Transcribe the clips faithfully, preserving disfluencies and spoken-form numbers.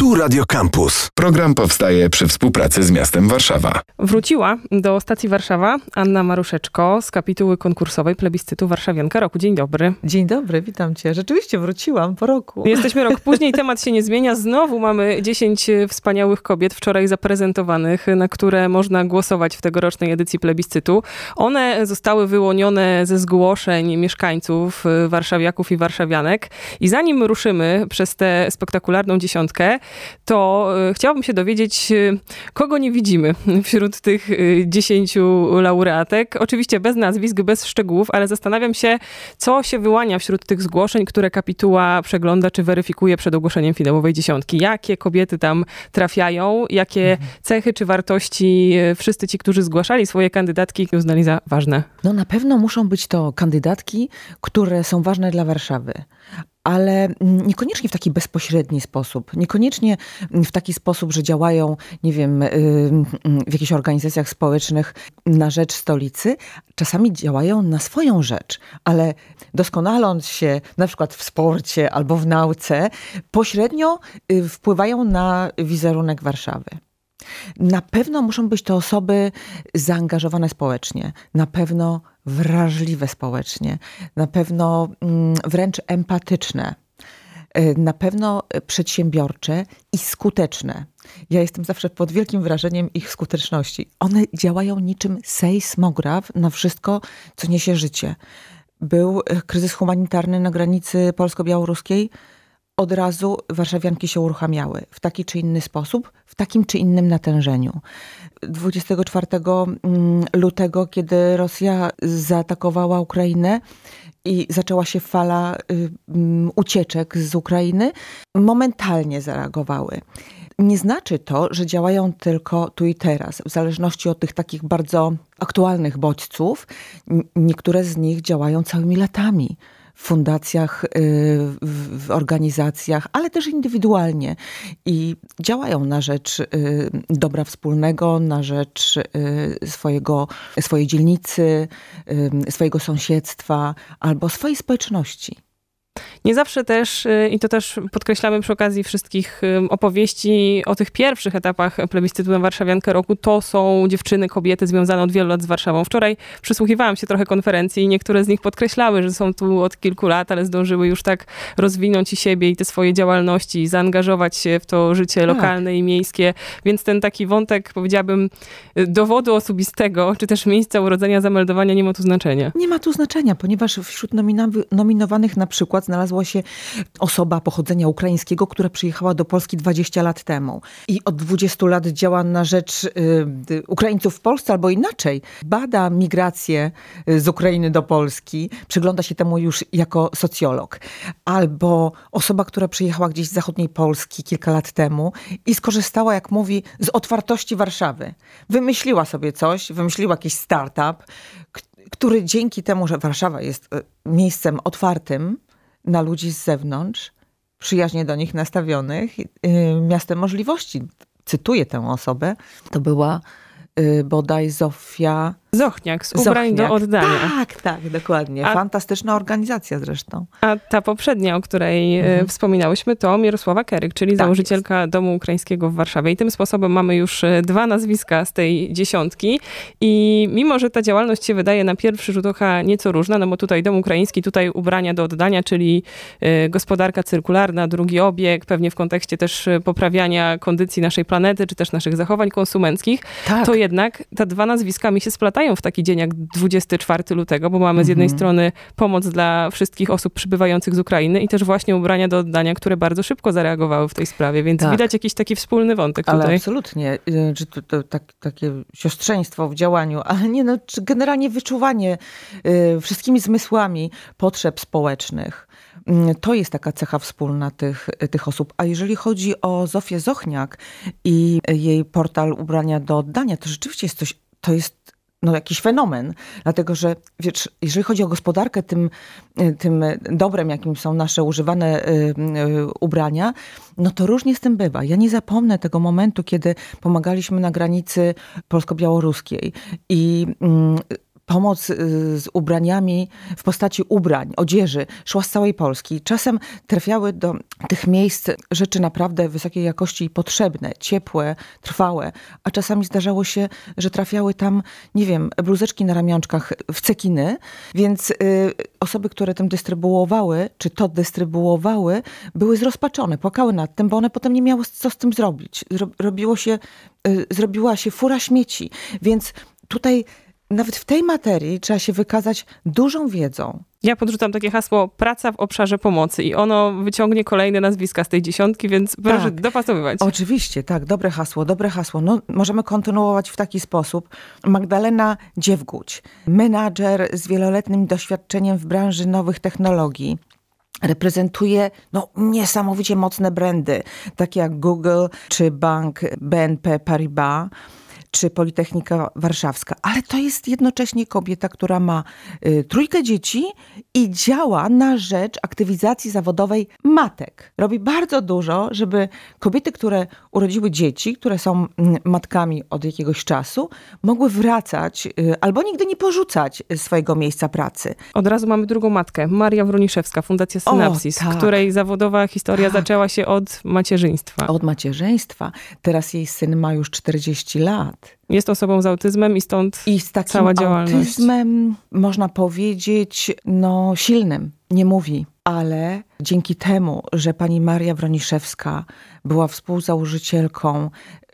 Tu Radio Campus. Program powstaje przy współpracy z miastem Warszawa. Wróciła do stacji Warszawa Anna Maruszeczko z kapituły konkursowej plebiscytu Warszawianka Roku. Dzień dobry. Dzień dobry, witam cię. Rzeczywiście wróciłam po roku. Jesteśmy rok później, temat się nie zmienia. Znowu mamy dziesięć wspaniałych kobiet wczoraj zaprezentowanych, na które można głosować w tegorocznej edycji plebiscytu. One zostały wyłonione ze zgłoszeń mieszkańców, warszawiaków i warszawianek. I zanim ruszymy przez tę spektakularną dziesiątkę, to chciałabym się dowiedzieć, kogo nie widzimy wśród tych dziesięciu laureatek. Oczywiście bez nazwisk, bez szczegółów, ale zastanawiam się, co się wyłania wśród tych zgłoszeń, które kapituła przegląda czy weryfikuje przed ogłoszeniem finałowej dziesiątki. Jakie kobiety tam trafiają, jakie mhm. cechy czy wartości wszyscy ci, którzy zgłaszali swoje kandydatki, uznali za ważne? No na pewno muszą być to kandydatki, które są ważne dla Warszawy. Ale niekoniecznie w taki bezpośredni sposób. Niekoniecznie w taki sposób, że działają, nie wiem, w jakichś organizacjach społecznych na rzecz stolicy. Czasami działają na swoją rzecz, ale doskonaląc się na przykład w sporcie albo w nauce, pośrednio wpływają na wizerunek Warszawy. Na pewno muszą być to osoby zaangażowane społecznie, na pewno wrażliwe społecznie, na pewno wręcz empatyczne, na pewno przedsiębiorcze i skuteczne. Ja jestem zawsze pod wielkim wrażeniem ich skuteczności. One działają niczym sejsmograf na wszystko, co niesie życie. Był kryzys humanitarny na granicy polsko-białoruskiej. Od razu warszawianki się uruchamiały w taki czy inny sposób, w takim czy innym natężeniu. dwudziestego czwartego lutego, kiedy Rosja zaatakowała Ukrainę i zaczęła się fala ucieczek z Ukrainy, momentalnie zareagowały. Nie znaczy to, że działają tylko tu i teraz. W zależności od tych takich bardzo aktualnych bodźców, niektóre z nich działają całymi latami. W fundacjach, w organizacjach, ale też indywidualnie. I działają na rzecz dobra wspólnego, na rzecz swojego, swojej dzielnicy, swojego sąsiedztwa albo swojej społeczności. Nie zawsze też, i to też podkreślamy przy okazji wszystkich opowieści o tych pierwszych etapach plebiscytu na Warszawiankę Roku, to są dziewczyny, kobiety związane od wielu lat z Warszawą. Wczoraj przysłuchiwałam się trochę konferencji i niektóre z nich podkreślały, że są tu od kilku lat, ale zdążyły już tak rozwinąć i siebie i te swoje działalności, zaangażować się w to życie lokalne tak. i miejskie. Więc ten taki wątek, powiedziałabym, dowodu osobistego, czy też miejsca urodzenia, zameldowania nie ma tu znaczenia. Nie ma tu znaczenia, ponieważ wśród nomina- nominowanych na przykład znalazła się osoba pochodzenia ukraińskiego, która przyjechała do Polski dwadzieścia lat temu i od dwudziestu lat działa na rzecz y, Ukraińców w Polsce, albo inaczej. Bada migrację z Ukrainy do Polski, przygląda się temu już jako socjolog. Albo osoba, która przyjechała gdzieś z zachodniej Polski kilka lat temu i skorzystała, jak mówi, z otwartości Warszawy. Wymyśliła sobie coś, wymyśliła jakiś startup, k- który dzięki temu, że Warszawa jest miejscem otwartym na ludzi z zewnątrz, przyjaźnie do nich nastawionych, yy, miastem możliwości. Cytuję tę osobę. To była yy, bodaj Zofia Zochniak, z ubrań do oddania. Tak, tak, dokładnie. A, Fantastyczna organizacja zresztą. A ta poprzednia, o której mhm. wspominałyśmy, to Mirosława Keryk, czyli tak założycielka jest. Domu Ukraińskiego w Warszawie. I tym sposobem mamy już dwa nazwiska z tej dziesiątki. I mimo, że ta działalność się wydaje na pierwszy rzut oka nieco różna, no bo tutaj Dom Ukraiński, tutaj ubrania do oddania, czyli gospodarka cyrkularna, drugi obieg, pewnie w kontekście też poprawiania kondycji naszej planety, czy też naszych zachowań konsumenckich, tak. to jednak te dwa nazwiska mi się splatają w taki dzień jak dwudziestego czwartego lutego, bo mamy z jednej mm-hmm. strony pomoc dla wszystkich osób przybywających z Ukrainy i też właśnie ubrania do oddania, które bardzo szybko zareagowały w tej sprawie, więc tak. widać jakiś taki wspólny wątek tutaj. Ale absolutnie, że to, to tak, takie siostrzeństwo w działaniu, ale nie, no, generalnie wyczuwanie y, wszystkimi zmysłami potrzeb społecznych. To jest taka cecha wspólna tych, tych osób. A jeżeli chodzi o Zofię Zochniak i jej portal ubrania do oddania, to rzeczywiście jest coś, to jest no, jakiś fenomen. Dlatego, że wiesz, jeżeli chodzi o gospodarkę, tym, tym dobrem, jakim są nasze używane y, y, ubrania, no to różnie z tym bywa. Ja nie zapomnę tego momentu, kiedy pomagaliśmy na granicy polsko-białoruskiej i y, pomoc z ubraniami w postaci ubrań, odzieży szła z całej Polski. Czasem trafiały do tych miejsc rzeczy naprawdę wysokiej jakości i potrzebne, ciepłe, trwałe, a czasami zdarzało się, że trafiały tam, nie wiem, bluzeczki na ramionczkach w cekiny, więc y, osoby, które tym dystrybuowały, czy to dystrybuowały, były zrozpaczone, płakały nad tym, bo one potem nie miały co z tym zrobić. Zro, robiło się, y, zrobiła się fura śmieci, więc tutaj nawet w tej materii trzeba się wykazać dużą wiedzą. Ja podrzucam takie hasło praca w obszarze pomocy i ono wyciągnie kolejne nazwiska z tej dziesiątki, więc proszę Tak, dopasowywać. Oczywiście, tak, dobre hasło, dobre hasło. No, możemy kontynuować w taki sposób. Magdalena Dziewguć, menadżer z wieloletnim doświadczeniem w branży nowych technologii. Reprezentuje no, niesamowicie mocne brandy, takie jak Google czy bank B N P Paribas, czy Politechnika Warszawska. Ale to jest jednocześnie kobieta, która ma y, trójkę dzieci i działa na rzecz aktywizacji zawodowej matek. Robi bardzo dużo, żeby kobiety, które urodziły dzieci, które są y, matkami od jakiegoś czasu, mogły wracać y, albo nigdy nie porzucać swojego miejsca pracy. Od razu mamy drugą matkę, Maria Wroniszewska, Fundacja Synapsis, O, tak. której zawodowa historia Tak. zaczęła się od macierzyństwa. Od macierzyństwa. Teraz jej syn ma już czterdzieści lat. Jest osobą z autyzmem i stąd I z takim cała działalność. autyzmem, można powiedzieć, no silnym, nie mówi. Ale dzięki temu, że pani Maria Wroniszewska była współzałożycielką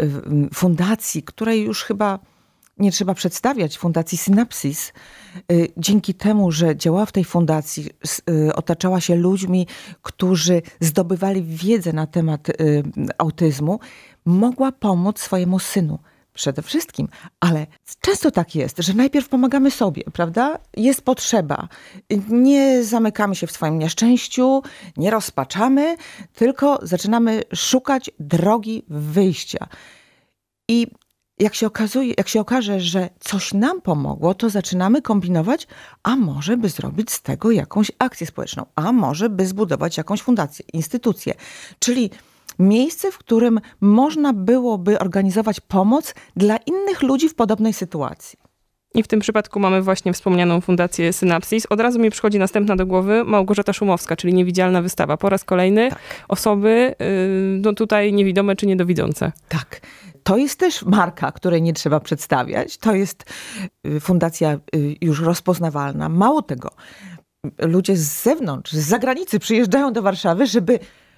fundacji, której już chyba nie trzeba przedstawiać, Fundacji Synapsis, dzięki temu, że działała w tej fundacji, otaczała się ludźmi, którzy zdobywali wiedzę na temat autyzmu, mogła pomóc swojemu synu. Przede wszystkim, ale często tak jest, że najpierw pomagamy sobie, prawda? Jest potrzeba. Nie zamykamy się w swoim nieszczęściu, nie rozpaczamy, tylko zaczynamy szukać drogi wyjścia. I jak się okazuje, jak się okaże, że coś nam pomogło, to zaczynamy kombinować, a może by zrobić z tego jakąś akcję społeczną, a może by zbudować jakąś fundację, instytucję. Czyli miejsce, w którym można byłoby organizować pomoc dla innych ludzi w podobnej sytuacji. I w tym przypadku mamy właśnie wspomnianą Fundację Synapsis. Od razu mi przychodzi następna do głowy Małgorzata Szumowska, czyli Niewidzialna Wystawa. Po raz kolejny Tak. osoby no tutaj niewidome czy niedowidzące. Tak. To jest też marka, której nie trzeba przedstawiać. To jest fundacja już rozpoznawalna. Mało tego, ludzie z zewnątrz, z zagranicy przyjeżdżają do Warszawy, żeby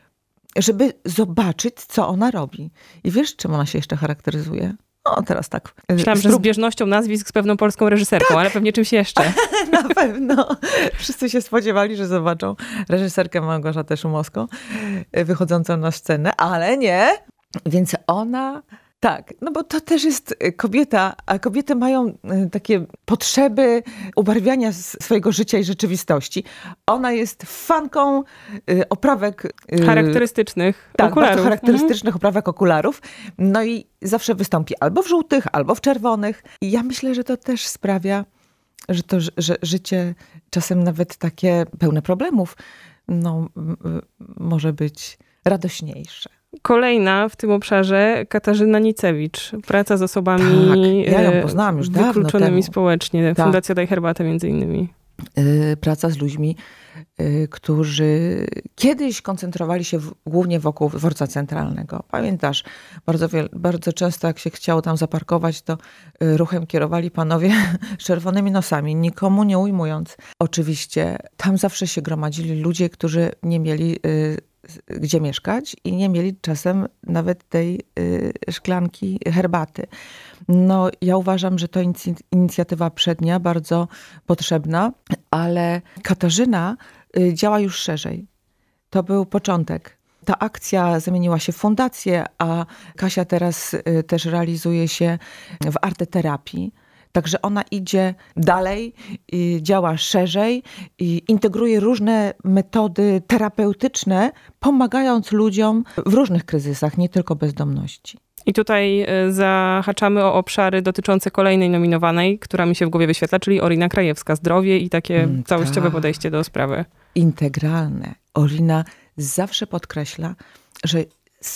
żeby zobaczyć, co ona robi. I wiesz, czym ona się jeszcze charakteryzuje? O, teraz tak. Myślałam, że zbieżnością nazwisk z pewną polską reżyserką, tak. Ale pewnie czymś jeszcze. Na pewno. Wszyscy się spodziewali, że zobaczą reżyserkę Małgorzatę Szumowską wychodzącą na scenę, ale nie. Więc ona... Tak, no bo to też jest kobieta, a kobiety mają takie potrzeby ubarwiania swojego życia i rzeczywistości. Ona jest fanką oprawek... Charakterystycznych tak, okularów. Tak, charakterystycznych mhm. oprawek okularów. No i zawsze wystąpi albo w żółtych, albo w czerwonych. I ja myślę, że to też sprawia, że to że życie czasem nawet takie pełne problemów, no może być radośniejsze. Kolejna w tym obszarze Katarzyna Nicewicz. Praca z osobami tak, ja ją poznałam już wykluczonymi dawno społecznie. Tak. Fundacja Daj Herbatę między innymi. Yy, praca z ludźmi, yy, którzy kiedyś koncentrowali się w, głównie wokół dworca centralnego. Pamiętasz, bardzo, wiel, bardzo często jak się chciało tam zaparkować, to yy, ruchem kierowali panowie z czerwonymi nosami, nikomu nie ujmując. Oczywiście tam zawsze się gromadzili ludzie, którzy nie mieli yy, gdzie mieszkać i nie mieli czasem nawet tej y, szklanki herbaty. No, ja uważam, że to inicjatywa przednia, bardzo potrzebna, ale Katarzyna y, działa już szerzej. To był początek. Ta akcja zamieniła się w fundację, a Kasia teraz y, też realizuje się w arteterapii. Także ona idzie dalej, działa szerzej i integruje różne metody terapeutyczne, pomagając ludziom w różnych kryzysach, nie tylko bezdomności. I tutaj zahaczamy o obszary dotyczące kolejnej nominowanej, która mi się w głowie wyświetla, czyli Orina Krajewska. Zdrowie i takie mm, całościowe tak. podejście do sprawy. Integralne. Orina zawsze podkreśla, że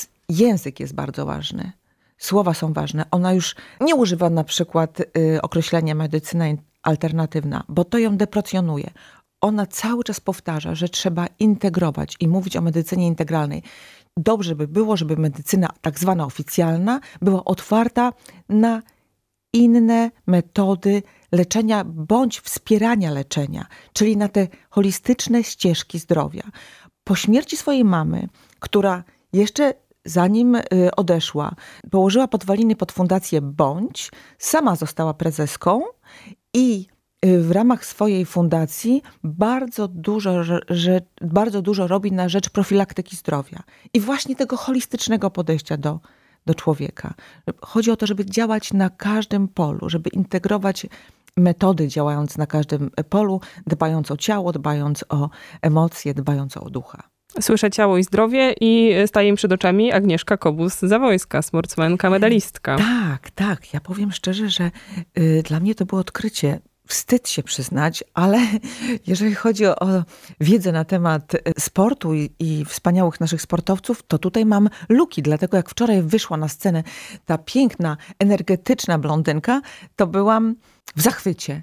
język jest bardzo ważny. Słowa są ważne. Ona już nie używa na przykład y, określenia medycyna alternatywna, bo to ją deprecjonuje. Ona cały czas powtarza, że trzeba integrować i mówić o medycynie integralnej. Dobrze by było, żeby medycyna tak zwana oficjalna była otwarta na inne metody leczenia bądź wspierania leczenia, czyli na te holistyczne ścieżki zdrowia. Po śmierci swojej mamy, która jeszcze zanim odeszła, położyła podwaliny pod fundację Bądź, sama została prezeską i w ramach swojej fundacji bardzo dużo, że, bardzo dużo robi na rzecz profilaktyki zdrowia i właśnie tego holistycznego podejścia do, do człowieka. Chodzi o to, żeby działać na każdym polu, żeby integrować metody działając na każdym polu, dbając o ciało, dbając o emocje, dbając o ducha. Słyszę Ciało i zdrowie i staje mi przed oczami Agnieszka Kobus-Zawojska, sportsmenka, medalistka. Tak, tak. Ja powiem szczerze, że y, dla mnie to było odkrycie. Wstyd się przyznać, ale jeżeli chodzi o, o wiedzę na temat sportu i, i wspaniałych naszych sportowców, to tutaj mam luki. Dlatego jak wczoraj wyszła na scenę ta piękna, energetyczna blondynka, to byłam w zachwycie.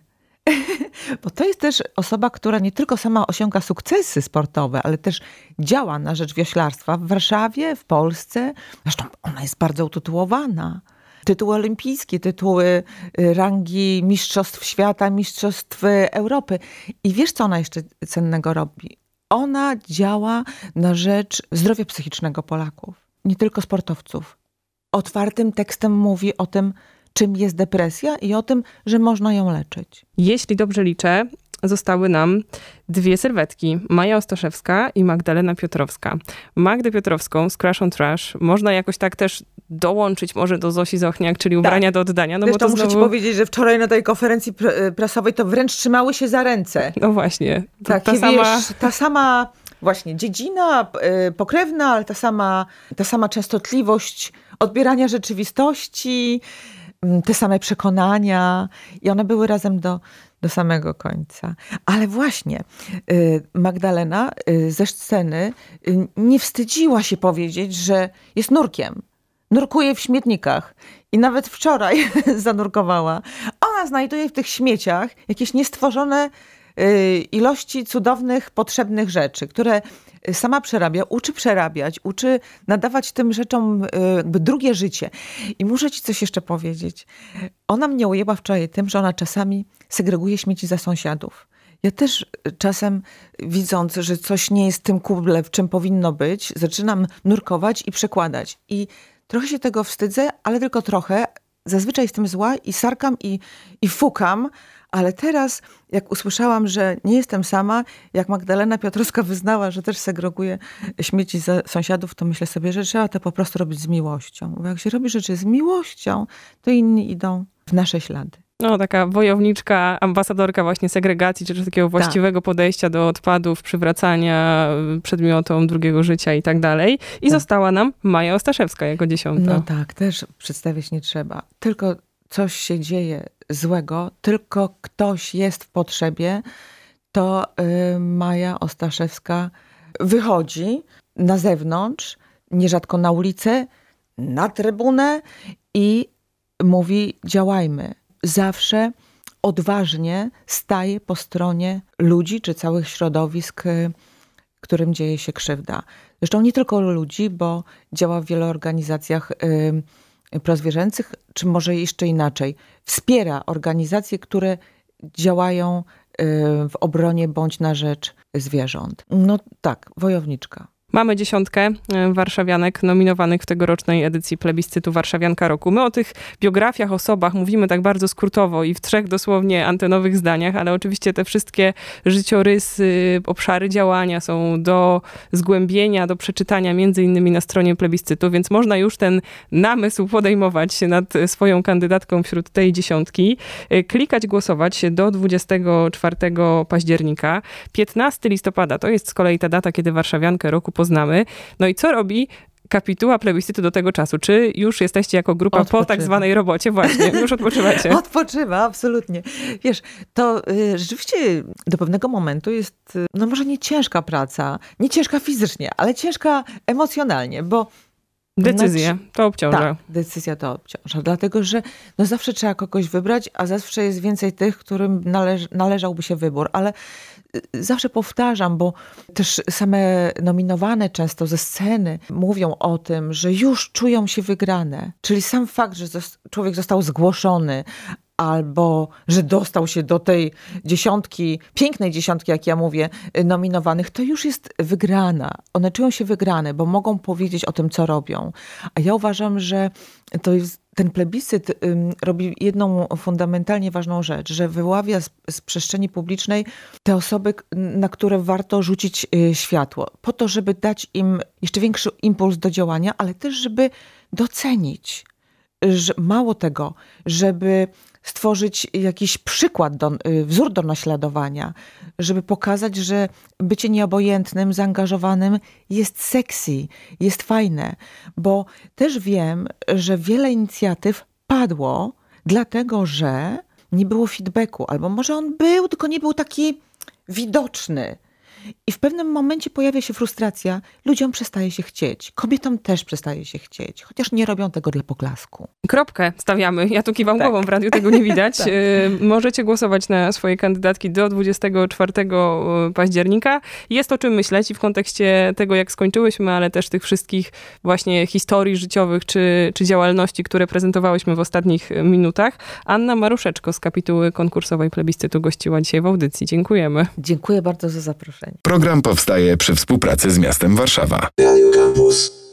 Bo to jest też osoba, która nie tylko sama osiąga sukcesy sportowe, ale też działa na rzecz wioślarstwa w Warszawie, w Polsce. Zresztą ona jest bardzo utytułowana. Tytuły olimpijskie, tytuły rangi mistrzostw świata, mistrzostw Europy. I wiesz, co ona jeszcze cennego robi? Ona działa na rzecz zdrowia psychicznego Polaków, nie tylko sportowców. Otwartym tekstem mówi o tym, czym jest depresja i o tym, że można ją leczyć. Jeśli dobrze liczę, zostały nam dwie sylwetki. Maja Ostaszewska i Magdalena Piotrowska. Magdę Piotrowską z Crash on Trash można jakoś tak też dołączyć może do Zosi Zochniak, czyli ubrania tak do oddania. No Zresztą bo to muszę znowu... ci powiedzieć, że wczoraj na tej konferencji prasowej to wręcz trzymały się za ręce. No właśnie. Tak, ta, sama... ta sama właśnie dziedzina pokrewna, ale ta sama, ta sama częstotliwość odbierania rzeczywistości, te same przekonania i one były razem do, do samego końca. Ale właśnie Magdalena ze sceny nie wstydziła się powiedzieć, że jest nurkiem. Nurkuje w śmietnikach. I nawet wczoraj zanurkowała. Ona znajduje w tych śmieciach jakieś niestworzone ilości cudownych, potrzebnych rzeczy, które sama przerabia, uczy przerabiać, uczy nadawać tym rzeczom jakby drugie życie. I muszę ci coś jeszcze powiedzieć. Ona mnie ujęła wczoraj tym, że ona czasami segreguje śmieci za sąsiadów. Ja też czasem, widząc, że coś nie jest w tym kuble, w czym powinno być, zaczynam nurkować i przekładać. I trochę się tego wstydzę, ale tylko trochę. Zazwyczaj jestem zła i sarkam i, i fukam, ale teraz, jak usłyszałam, że nie jestem sama, jak Magdalena Piotrowska wyznała, że też segreguje śmieci za sąsiadów, to myślę sobie, że trzeba to po prostu robić z miłością. Bo jak się robi rzeczy z miłością, to inni idą w nasze ślady. No, taka wojowniczka, ambasadorka właśnie segregacji, czy takiego właściwego tak. podejścia do odpadów, przywracania przedmiotom drugiego życia i tak dalej. I tak. została nam Maja Ostaszewska jako dziesiąta. No tak, też przedstawiać nie trzeba. Tylko coś się dzieje złego, tylko ktoś jest w potrzebie, to y, Maja Ostaszewska wychodzi na zewnątrz, nierzadko na ulicę, na trybunę i mówi: działajmy. Zawsze odważnie staje po stronie ludzi czy całych środowisk, którym dzieje się krzywda. Zresztą nie tylko ludzi, bo działa w wielu organizacjach y, prozwierzęcych, czy może jeszcze inaczej. Wspiera organizacje, które działają y, w obronie bądź na rzecz zwierząt. No tak, wojowniczka. Mamy dziesiątkę warszawianek nominowanych w tegorocznej edycji plebiscytu Warszawianka Roku. My o tych biografiach, osobach mówimy tak bardzo skrótowo i w trzech dosłownie antenowych zdaniach, ale oczywiście te wszystkie życiorysy, obszary działania są do zgłębienia, do przeczytania między innymi na stronie plebiscytu, więc można już ten namysł podejmować nad swoją kandydatką wśród tej dziesiątki. Klikać, głosować do dwudziestego czwartego października. piętnastego listopada to jest z kolei ta data, kiedy Warszawiankę Roku poznamy. No i co robi kapituła plebiscytu do tego czasu? Czy już jesteście jako grupa Odpoczywa. po tak zwanej robocie? Właśnie, już odpoczywacie. Odpoczywa, absolutnie. Wiesz, to y, rzeczywiście do pewnego momentu jest, no może nie ciężka praca, nie ciężka fizycznie, ale ciężka emocjonalnie, bo Decyzję, to obciąża. Tak, decyzja to obciąża, dlatego że no zawsze trzeba kogoś wybrać, a zawsze jest więcej tych, którym należ, należałby się wybór, ale zawsze powtarzam, bo też same nominowane często ze sceny mówią o tym, że już czują się wygrane. Czyli sam fakt, że człowiek został zgłoszony, albo że dostał się do tej dziesiątki, pięknej dziesiątki, jak ja mówię, nominowanych, to już jest wygrana. One czują się wygrane, bo mogą powiedzieć o tym, co robią. A ja uważam, że to jest, ten plebiscyt ym, robi jedną fundamentalnie ważną rzecz, że wyławia z, z przestrzeni publicznej te osoby, na które warto rzucić y, światło. Po to, żeby dać im jeszcze większy impuls do działania, ale też, żeby docenić. Że mało tego, żeby stworzyć jakiś przykład, do, wzór do naśladowania, żeby pokazać, że bycie nieobojętnym, zaangażowanym jest sexy, jest fajne. Bo też wiem, że wiele inicjatyw padło, dlatego że nie było feedbacku. Albo może on był, tylko nie był taki widoczny. I w pewnym momencie pojawia się frustracja, ludziom przestaje się chcieć, kobietom też przestaje się chcieć, chociaż nie robią tego dla poklasku. Kropkę stawiamy. Ja tu kiwam tak. głową, w radiu tego nie widać. tak. Możecie głosować na swoje kandydatki do dwudziestego czwartego października. Jest o czym myśleć i w kontekście tego, jak skończyłyśmy, ale też tych wszystkich właśnie historii życiowych czy, czy działalności, które prezentowałyśmy w ostatnich minutach. Anna Maruszeczko z kapituły konkursowej plebiscytu gościła dzisiaj w audycji. Dziękujemy. Dziękuję bardzo za zaproszenie. Program powstaje przy współpracy z miastem Warszawa. Radio Campus.